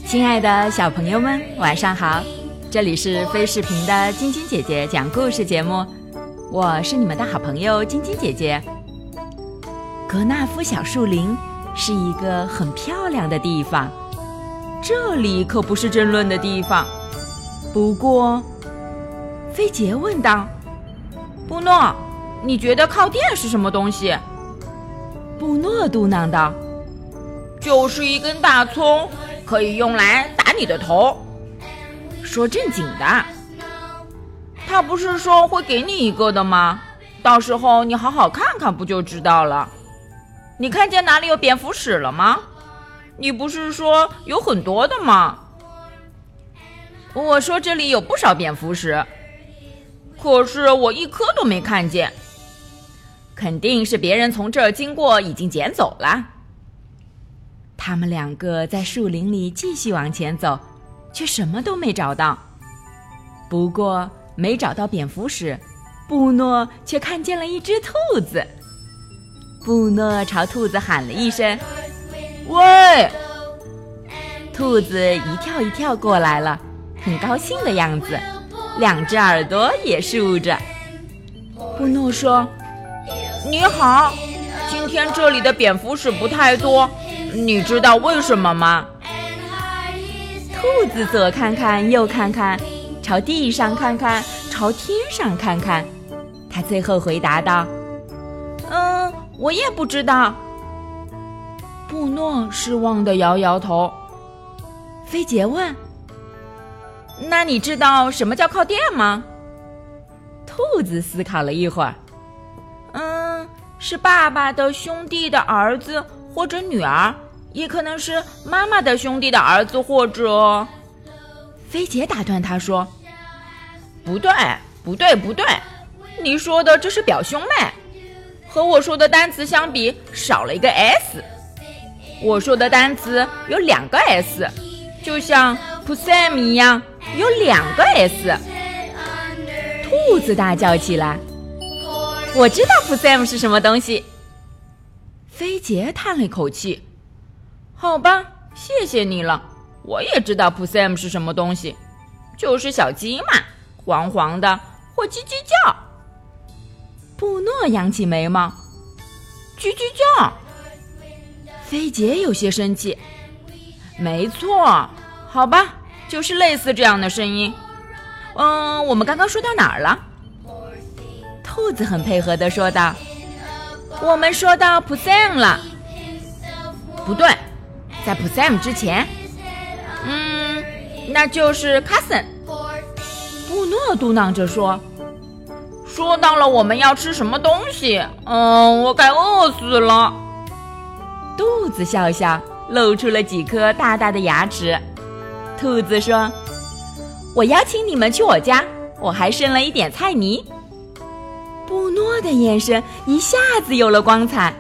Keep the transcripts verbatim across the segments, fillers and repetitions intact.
亲爱的小朋友们，晚上好！这里是飞视频的晶晶姐姐讲故事节目，我是你们的好朋友晶晶姐姐。格纳夫小树林是一个很漂亮的地方，这里可不是争论的地方。不过，菲杰问道：“布诺，你觉得靠垫是什么东西？”布诺嘟囔道：“ 就是一根大葱，可以用来打你的头。” 说正经的， 他不是说会给你一个的吗？到时候你好好看看不就知道了。你看见哪里有蝙蝠屎了吗？你不是说有很多的吗？ 我说这里有不少蝙蝠屎， 可是我一颗都没看见。 肯定是别人从这儿经过已经捡走了。他们两个在树林里继续往前走，却什么都没找到。不过没找到蝙蝠时，布诺却看见了一只兔子。布诺朝兔子喊了一声：“ 喂！” 兔子一跳一跳过来了，很高兴的样子，两只耳朵也竖着。布诺说：“ 你好，今天这里的蝙蝠屎不太多，你知道为什么吗？” 兔子左看看右看看，朝地上看看，朝天上看看，他最后回答道：“ 嗯，我也不知道。” 布诺失望地摇摇头。菲杰问：“ 那你知道什么叫靠垫吗？” 兔子思考了一会儿。 嗯，是爸爸的兄弟的儿子或者女儿，也可能是妈妈的兄弟的儿子或者…… 菲杰打断他说：“ 不对，不对，不对，你说的这是表兄妹，和我说的单词相比少了一个 s。我说的单词有两个 s， 就像 Pusam 一样，有两个 s。” 兔子大叫起来：“我知道 Pusam 是什么东西。”菲杰叹了一口气：“ 好吧，谢谢你了。我也知道 Pusam 是什么东西，就是小鸡嘛，黄黄的，或叽叽叫。” 布诺扬起眉毛：“ 叽叽叫。” 菲杰有些生气：“ 没错，好吧，就是类似这样的声音。嗯，我们刚刚说到哪儿了？” 兔子很配合地说道：“ 我们说到 Pusam 了。”不对，在 Pusam 之前，嗯，那就是 cousin。 布诺嘟囔着说：“ 说到了我们要吃什么东西，嗯，我该饿死了。” 肚子笑笑，露出了几颗大大的牙齿。兔子说：“我邀请你们去我家，我还剩了一点菜泥。”布诺的眼神一下子有了光彩。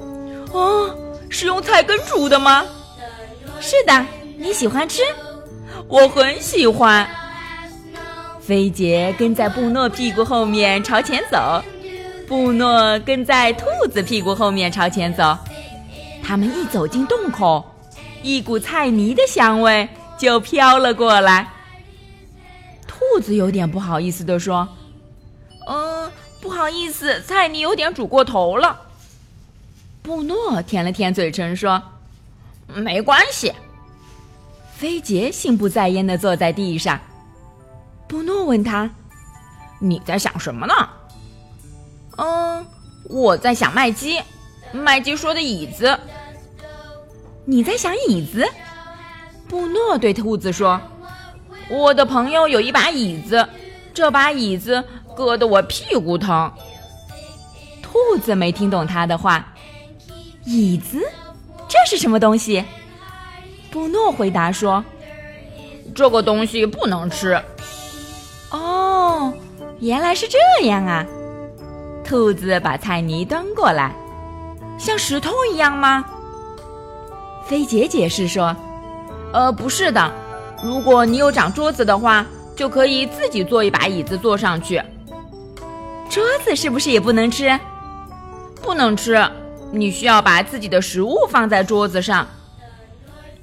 “哦，是用菜根煮的吗？”“ 是的，你喜欢吃？”“ 我很喜欢。” 菲杰跟在布诺屁股后面朝前走，布诺跟在兔子屁股后面朝前走。他们一走进洞口，一股菜泥的香味就飘了过来。兔子有点不好意思地说：“ 嗯，不好意思，菜泥有点煮过头了。” 布诺舔了舔嘴唇说：“ 没关系。” 菲杰心不在焉地坐在地上。布诺问他：“ 你在想什么呢？”“嗯，我在想麦基，麦基说的椅子。”“ 你在想椅子？”布诺对兔子说：“ 我的朋友有一把椅子，这把椅子硌得我屁股疼。” 兔子没听懂他的话。“椅子？这是什么东西？”布诺回答说：“ 这个东西不能吃。”“ 哦，原来是这样啊！”兔子把菜泥端过来。“像石头一样吗？”菲杰解释说：“ 呃，不是的，如果你有长桌子的话，就可以自己做一把椅子坐上去。”“ 桌子是不是也不能吃？”“ 不能吃，你需要把自己的食物放在桌子上。”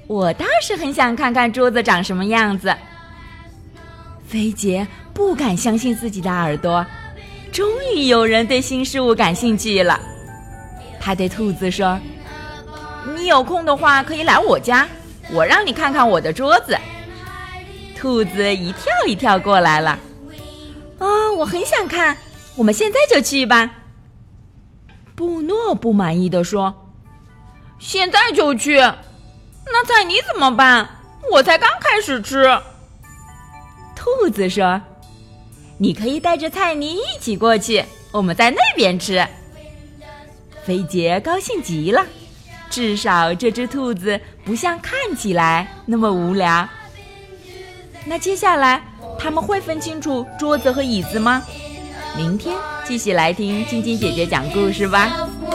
我倒是很想看看桌子长什么样子。菲杰不敢相信自己的耳朵，终于有人对新事物感兴趣了。他对兔子说： 你有空的话可以来我家，我让你看看我的桌子。 兔子一跳一跳过来了。哦，我很想看，我们现在就去吧。布诺不满意地说： 现在就去？那菜泥怎么办？我才刚开始吃。 兔子说：你可以带着菜泥一起过去，我们在那边吃。菲杰高兴极了，至少这只兔子不像看起来那么无聊。那接下来他们会分清楚桌子和椅子吗？明天继续来听晶晶姐姐讲故事吧。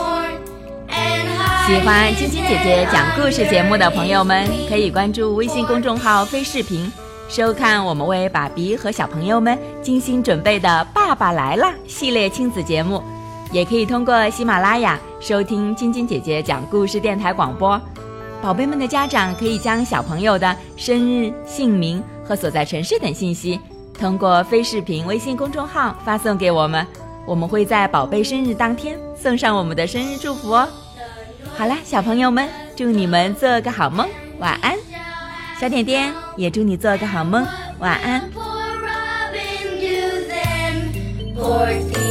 喜欢晶晶姐姐讲故事节目的朋友们，可以关注微信公众号飞视频，收看我们为爸比和小朋友们精心准备的《爸爸来了》系列亲子节目，也可以通过喜马拉雅收听晶晶姐姐讲故事电台广播。宝贝们的家长可以将小朋友的生日、姓名和所在城市等信息通过飞视频微信公众号发送给我们，我们会在宝贝生日当天送上我们的生日祝福哦。好啦，小朋友们，祝你们做个好梦，晚安。小点点也祝你做个好梦，晚安。